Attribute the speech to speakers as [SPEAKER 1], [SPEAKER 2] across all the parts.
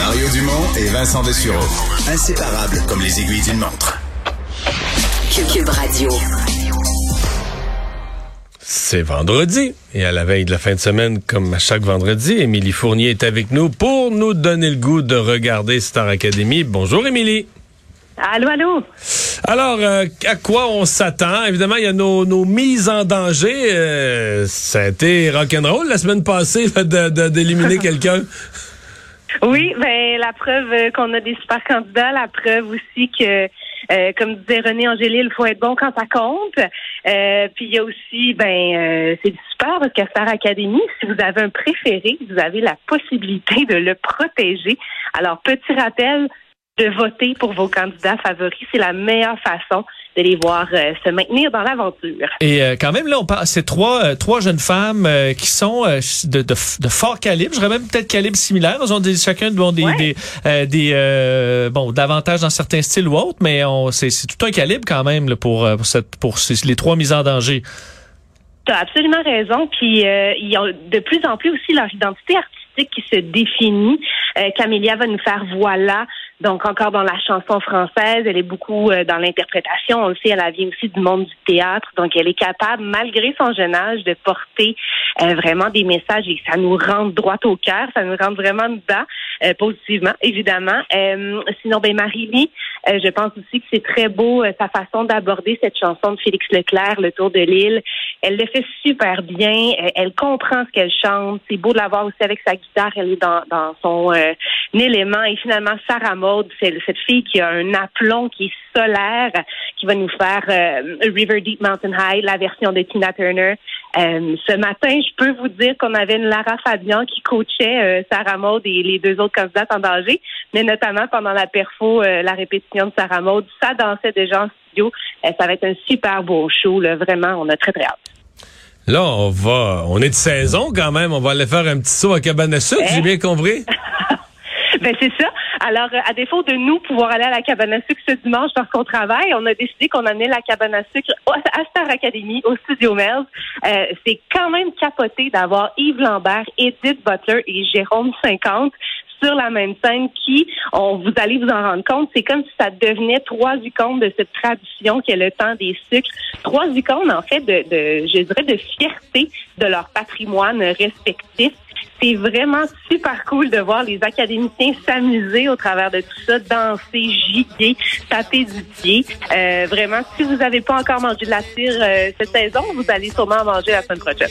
[SPEAKER 1] Mario Dumont et Vincent Dessureau. Inséparables comme les aiguilles d'une montre.
[SPEAKER 2] Cube Radio.
[SPEAKER 3] C'est vendredi. Et à la veille de la fin de semaine, comme à chaque vendredi, Émilie Fournier est avec nous pour nous donner le goût de regarder Star Academy. Bonjour, Émilie.
[SPEAKER 4] Allô, allô.
[SPEAKER 3] Alors, à quoi on s'attend? Évidemment, il y a nos mises en danger. Ça a été rock'n'roll la semaine passée d'éliminer quelqu'un.
[SPEAKER 4] Oui, ben la preuve qu'on a des super candidats, la preuve aussi que, comme disait René Angélil, il faut être bon quand ça compte. Puis il y a aussi, c'est super parce qu'à Star Academy, si vous avez un préféré, vous avez la possibilité de le protéger. Alors, petit rappel, de voter pour vos candidats favoris, c'est la meilleure façon de les voir se maintenir dans l'aventure.
[SPEAKER 5] Et quand même, là, on parle, c'est trois jeunes femmes qui sont de fort calibre, je dirais même peut-être calibre similaire. Elles ont chacun davantage dans certains styles ou autres, mais c'est tout un calibre quand même là, pour les trois mises en danger.
[SPEAKER 4] Tu as absolument raison. Puis il y a de plus en plus aussi leur identité artistique qui se définit. Camélia va nous faire Voilà. Donc, encore dans la chanson française, elle est beaucoup dans l'interprétation. On le sait, elle vient aussi du monde du théâtre. Donc, elle est capable, malgré son jeune âge, de porter vraiment des messages et ça nous rentre droit au cœur. Ça nous rentre vraiment dedans, positivement, évidemment. Sinon, Marie-Lie, je pense aussi que c'est très beau sa façon d'aborder cette chanson de Félix Leclerc, Le Tour de l'île. Elle le fait super bien. Elle comprend ce qu'elle chante. C'est beau de la voir aussi avec sa guitare. Elle est dans son élément. Et finalement, Sarah Maud, c'est cette fille qui a un aplomb qui est solaire, qui va nous faire River Deep Mountain High, la version de Tina Turner. Ce matin, je peux vous dire qu'on avait une Lara Fabian qui coachait Sarah Maud et les deux autres candidates en danger, mais notamment pendant la perfo, la répétition de Sarah Maud, ça dansait déjà en studio. Ça va être un super beau show, là. Vraiment, on a très, très hâte.
[SPEAKER 3] Là, on est de saison quand même. On va aller faire un petit saut à Cabane à sucre, j'ai bien compris.
[SPEAKER 4] C'est ça. Alors, à défaut de nous pouvoir aller à la cabane à sucre ce dimanche parce qu'on travaille, on a décidé qu'on amenait la cabane à sucre à Star Academy, au Studio Melz. C'est quand même capoté d'avoir Yves Lambert, Edith Butler et Jérôme 50 sur la même scène vous allez vous en rendre compte, c'est comme si ça devenait trois icônes de cette tradition qui est le temps des sucres. Trois icônes, en fait, je dirais, de fierté de leur patrimoine respectif. C'est vraiment super cool de voir les académiciens s'amuser au travers de tout ça, danser, giguer, taper du pied. Vraiment, si vous n'avez pas encore mangé de la tire cette saison, vous allez sûrement en manger la semaine prochaine.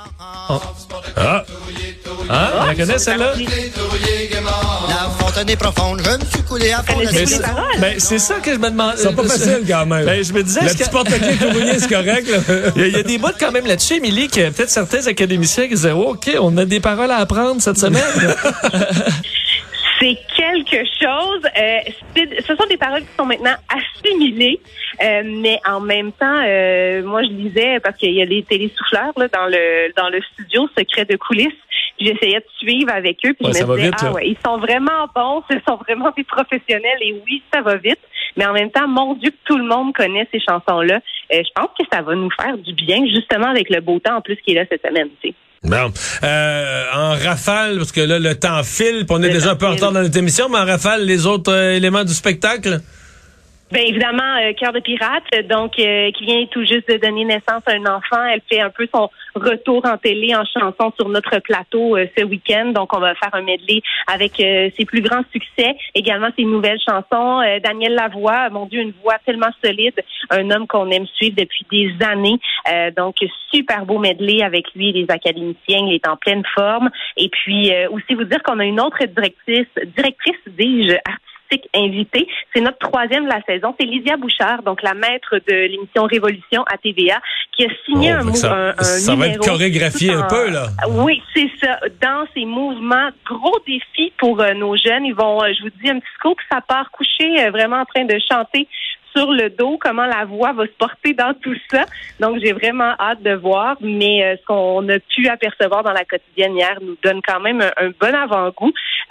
[SPEAKER 5] On la connaît celle-là?
[SPEAKER 6] La fontaine est profonde, je me suis coulé à fond.
[SPEAKER 5] C'est ça que je me demande.
[SPEAKER 3] C'est pas facile quand même.
[SPEAKER 5] Je me disais,
[SPEAKER 3] le petit porte-clés courrier, c'est correct. Là.
[SPEAKER 5] Il y a des bouts quand même là-dessus, Émilie, que peut-être certains académiciens qui disaient, OK, on a des paroles à apprendre cette semaine.
[SPEAKER 4] C'est quelque chose. Ce sont des paroles qui sont maintenant assimilées, mais en même temps, moi je lisais parce qu'il y a les télésouffleurs là dans le studio secret de coulisses. J'essayais de suivre avec eux, puis je me disais ils sont vraiment bons, ce sont vraiment des professionnels et oui, ça va vite. Mais en même temps, mon Dieu, que tout le monde connaît ces chansons-là. Je pense que ça va nous faire du bien, justement avec le beau temps en plus qui est là cette semaine, tu sais.
[SPEAKER 3] Bon, en rafale, parce que là, le temps file, puis on est déjà un peu en retard dans notre émission, mais en rafale, les autres éléments du spectacle?
[SPEAKER 4] Bien évidemment, Cœur de pirate, donc qui vient tout juste de donner naissance à un enfant. Elle fait un peu son retour en télé en chanson sur notre plateau ce week-end. Donc on va faire un medley avec ses plus grands succès, également ses nouvelles chansons. Daniel Lavoie, mon Dieu, une voix tellement solide, un homme qu'on aime suivre depuis des années. Donc super beau medley avec lui, les académiciens, il est en pleine forme. Et puis aussi vous dire qu'on a une autre directrice, dis-je, artistique invitée. C'est notre troisième de la saison. C'est Lydia Bouchard, donc la maître de l'émission Révolution à TVA, qui a signé un
[SPEAKER 3] ça va être chorégraphié un peu, là.
[SPEAKER 4] Oui, c'est ça. Dans ces mouvements, gros défi pour nos jeunes. Ils vont, je vous dis un petit scoop, ça part coucher vraiment en train de chanter sur le dos, comment la voix va se porter dans tout ça. Donc, j'ai vraiment hâte de voir, mais ce qu'on a pu apercevoir dans la quotidienne hier nous donne quand même un bon avant-goût.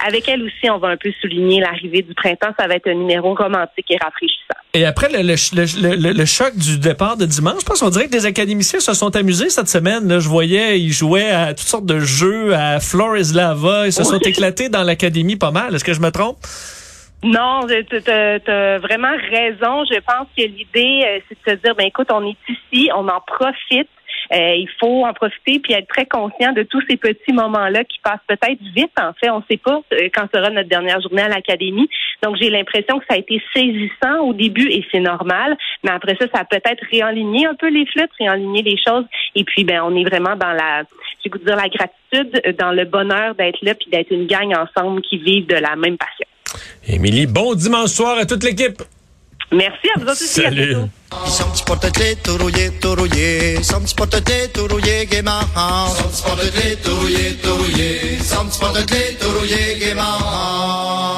[SPEAKER 4] avec elle aussi, on va un peu souligner l'arrivée du printemps. Ça va être un numéro romantique et rafraîchissant.
[SPEAKER 5] Et après le choc du départ de dimanche, je pense qu'on dirait que des académiciens se sont amusés cette semaine. Là, je voyais, ils jouaient à toutes sortes de jeux, à Floor is Lava. Ils se sont éclatés dans l'académie pas mal. Est-ce que je me trompe?
[SPEAKER 4] Non, t'as vraiment raison. Je pense que l'idée, c'est de se dire, ben écoute, on est ici, on en profite. Il faut en profiter puis être très conscient de tous ces petits moments-là qui passent peut-être vite. En fait, on ne sait pas quand sera notre dernière journée à l'académie. Donc, j'ai l'impression que ça a été saisissant au début et c'est normal. Mais après ça a peut-être réaligné un peu les flûtes, réaligné les choses. Et puis, ben, on est vraiment dans la gratitude, dans le bonheur d'être là puis d'être une gang ensemble qui vivent de la même passion.
[SPEAKER 3] Émilie, bon dimanche soir à toute l'équipe.
[SPEAKER 4] Merci à vous autres aussi.
[SPEAKER 3] Salut.
[SPEAKER 6] Som petit porte-clés tout rouillé, som petit porte-clés tout rouillé gaiement. Som petit porte-clés tout rouillé, som petit porte-clés tout rouillé gaiement.